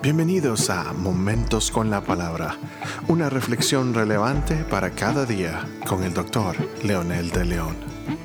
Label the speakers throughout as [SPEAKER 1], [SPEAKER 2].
[SPEAKER 1] Bienvenidos a Momentos con la Palabra, una reflexión relevante para cada día con el Dr. Leonel de León.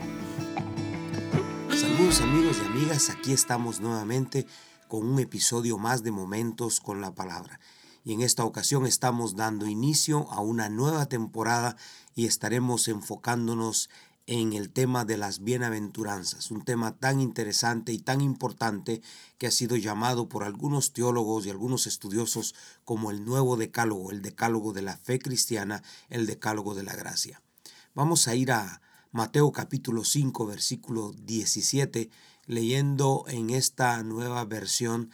[SPEAKER 2] Saludos amigos y amigas, aquí estamos nuevamente con un episodio más de Momentos con la Palabra. Y en esta ocasión estamos dando inicio a una nueva temporada y estaremos enfocándonos en el tema de las bienaventuranzas, un tema tan interesante y tan importante que ha sido llamado por algunos teólogos y algunos estudiosos como el nuevo decálogo, el decálogo de la fe cristiana, el decálogo de la gracia. Vamos a ir a Mateo capítulo 5, versículo 17, leyendo en esta nueva versión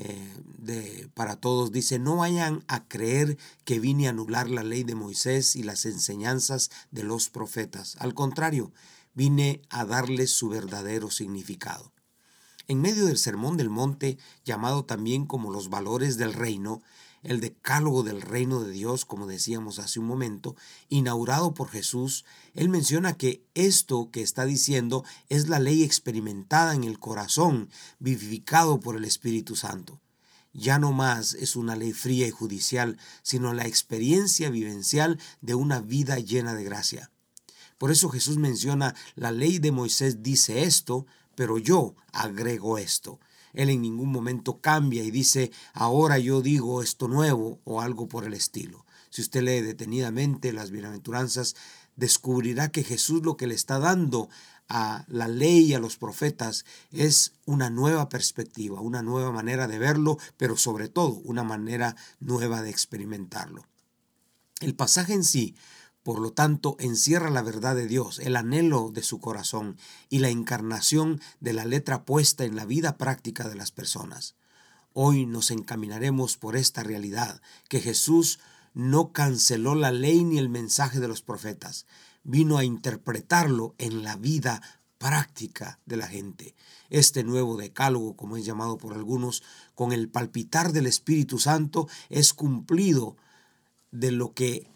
[SPEAKER 2] para todos. Dice: no vayan a creer que vine a anular la ley de Moisés y las enseñanzas de los profetas. Al contrario, vine a darles su verdadero significado. En medio del Sermón del Monte, llamado también como los valores del reino, el decálogo del reino de Dios, como decíamos hace un momento, inaugurado por Jesús, él menciona que esto que está diciendo es la ley experimentada en el corazón, vivificado por el Espíritu Santo. Ya no más es una ley fría y judicial, sino la experiencia vivencial de una vida llena de gracia. Por eso Jesús menciona: la ley de Moisés dice esto, pero yo agrego esto. Él en ningún momento cambia y dice: ahora yo digo esto nuevo o algo por el estilo. Si usted lee detenidamente las bienaventuranzas, descubrirá que Jesús lo que le está dando a la ley y a los profetas es una nueva perspectiva, una nueva manera de verlo, pero sobre todo una manera nueva de experimentarlo. El pasaje en sí, por lo tanto, encierra la verdad de Dios, el anhelo de su corazón y la encarnación de la letra puesta en la vida práctica de las personas. Hoy nos encaminaremos por esta realidad, que Jesús no canceló la ley ni el mensaje de los profetas, vino a interpretarlo en la vida práctica de la gente. Este nuevo decálogo, como es llamado por algunos, con el palpitar del Espíritu Santo, es cumplido de lo que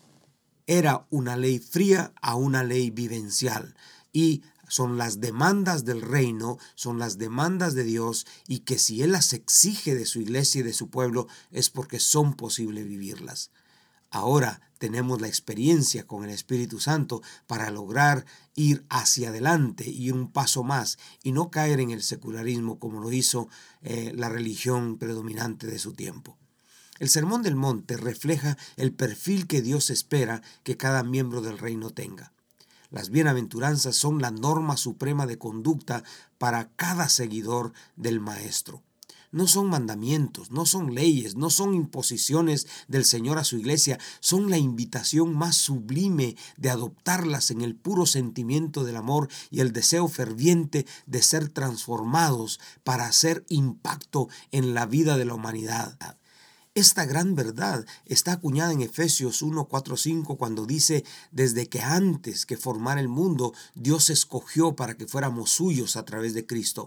[SPEAKER 2] era una ley fría a una ley vivencial, y son las demandas del reino, son las demandas de Dios, y que si Él las exige de su iglesia y de su pueblo es porque son posibles vivirlas. Ahora tenemos la experiencia con el Espíritu Santo para lograr ir hacia adelante y ir un paso más y no caer en el secularismo como lo hizo la religión predominante de su tiempo. El Sermón del Monte refleja el perfil que Dios espera que cada miembro del reino tenga. Las bienaventuranzas son la norma suprema de conducta para cada seguidor del Maestro. No son mandamientos, no son leyes, no son imposiciones del Señor a su iglesia, son la invitación más sublime de adoptarlas en el puro sentimiento del amor y el deseo ferviente de ser transformados para hacer impacto en la vida de la humanidad. Esta gran verdad está acuñada en Efesios 1, 4, 5, cuando dice: desde que antes que formara el mundo, Dios escogió para que fuéramos suyos a través de Cristo,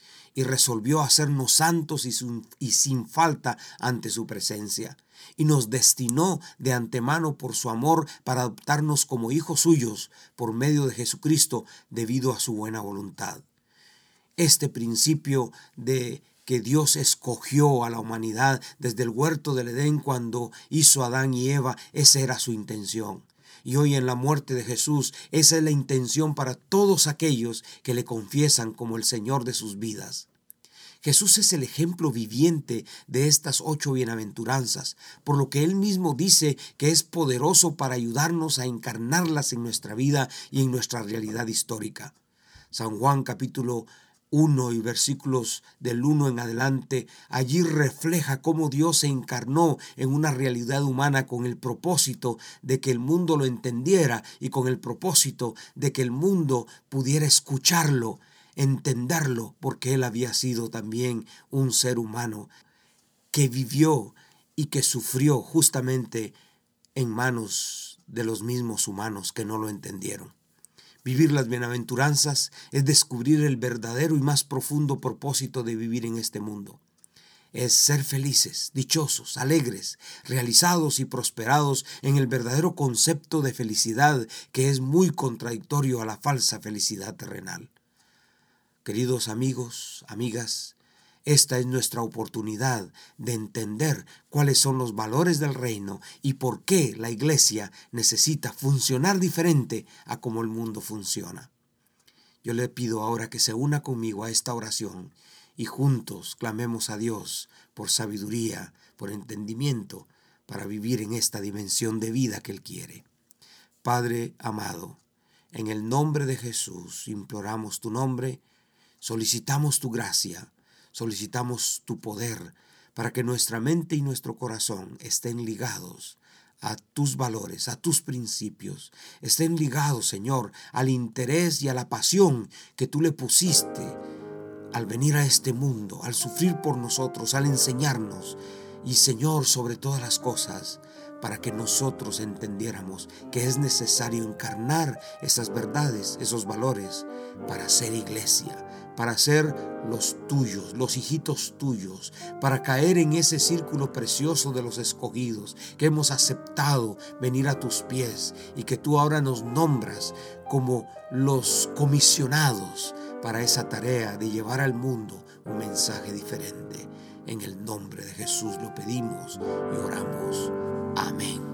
[SPEAKER 2] y resolvió hacernos santos y sin falta ante su presencia, y nos destinó de antemano por su amor para adoptarnos como hijos suyos por medio de Jesucristo, debido a su buena voluntad. Este principio de que Dios escogió a la humanidad desde el huerto del Edén cuando hizo a Adán y Eva, esa era su intención. Y hoy en la muerte de Jesús, esa es la intención para todos aquellos que le confiesan como el Señor de sus vidas. Jesús es el ejemplo viviente de estas 8 bienaventuranzas, por lo que Él mismo dice que es poderoso para ayudarnos a encarnarlas en nuestra vida y en nuestra realidad histórica. San Juan capítulo 1 y versículos del 1 en adelante, allí refleja cómo Dios se encarnó en una realidad humana con el propósito de que el mundo lo entendiera y con el propósito de que el mundo pudiera escucharlo, entenderlo, porque Él había sido también un ser humano que vivió y que sufrió justamente en manos de los mismos humanos que no lo entendieron. Vivir las bienaventuranzas es descubrir el verdadero y más profundo propósito de vivir en este mundo. Es ser felices, dichosos, alegres, realizados y prosperados en el verdadero concepto de felicidad, que es muy contradictorio a la falsa felicidad terrenal. Queridos amigos, amigas, Esta es nuestra oportunidad de entender cuáles son los valores del reino y por qué la iglesia necesita funcionar diferente a como el mundo funciona. Yo le pido ahora que se una conmigo a esta oración y juntos clamemos a Dios por sabiduría, por entendimiento, para vivir en esta dimensión de vida que Él quiere. Padre amado, en el nombre de Jesús imploramos tu nombre, solicitamos tu gracia, solicitamos tu poder para que nuestra mente y nuestro corazón estén ligados a tus valores, a tus principios. Estén ligados, Señor, al interés y a la pasión que tú le pusiste al venir a este mundo, al sufrir por nosotros, al enseñarnos. Y, Señor, sobre todas las cosas, para que nosotros entendiéramos que es necesario encarnar esas verdades, esos valores, para ser iglesia, para ser los tuyos, los hijitos tuyos, para caer en ese círculo precioso de los escogidos, que hemos aceptado venir a tus pies y que tú ahora nos nombras como los comisionados para esa tarea de llevar al mundo un mensaje diferente. En el nombre de Jesús lo pedimos y oramos. Amén.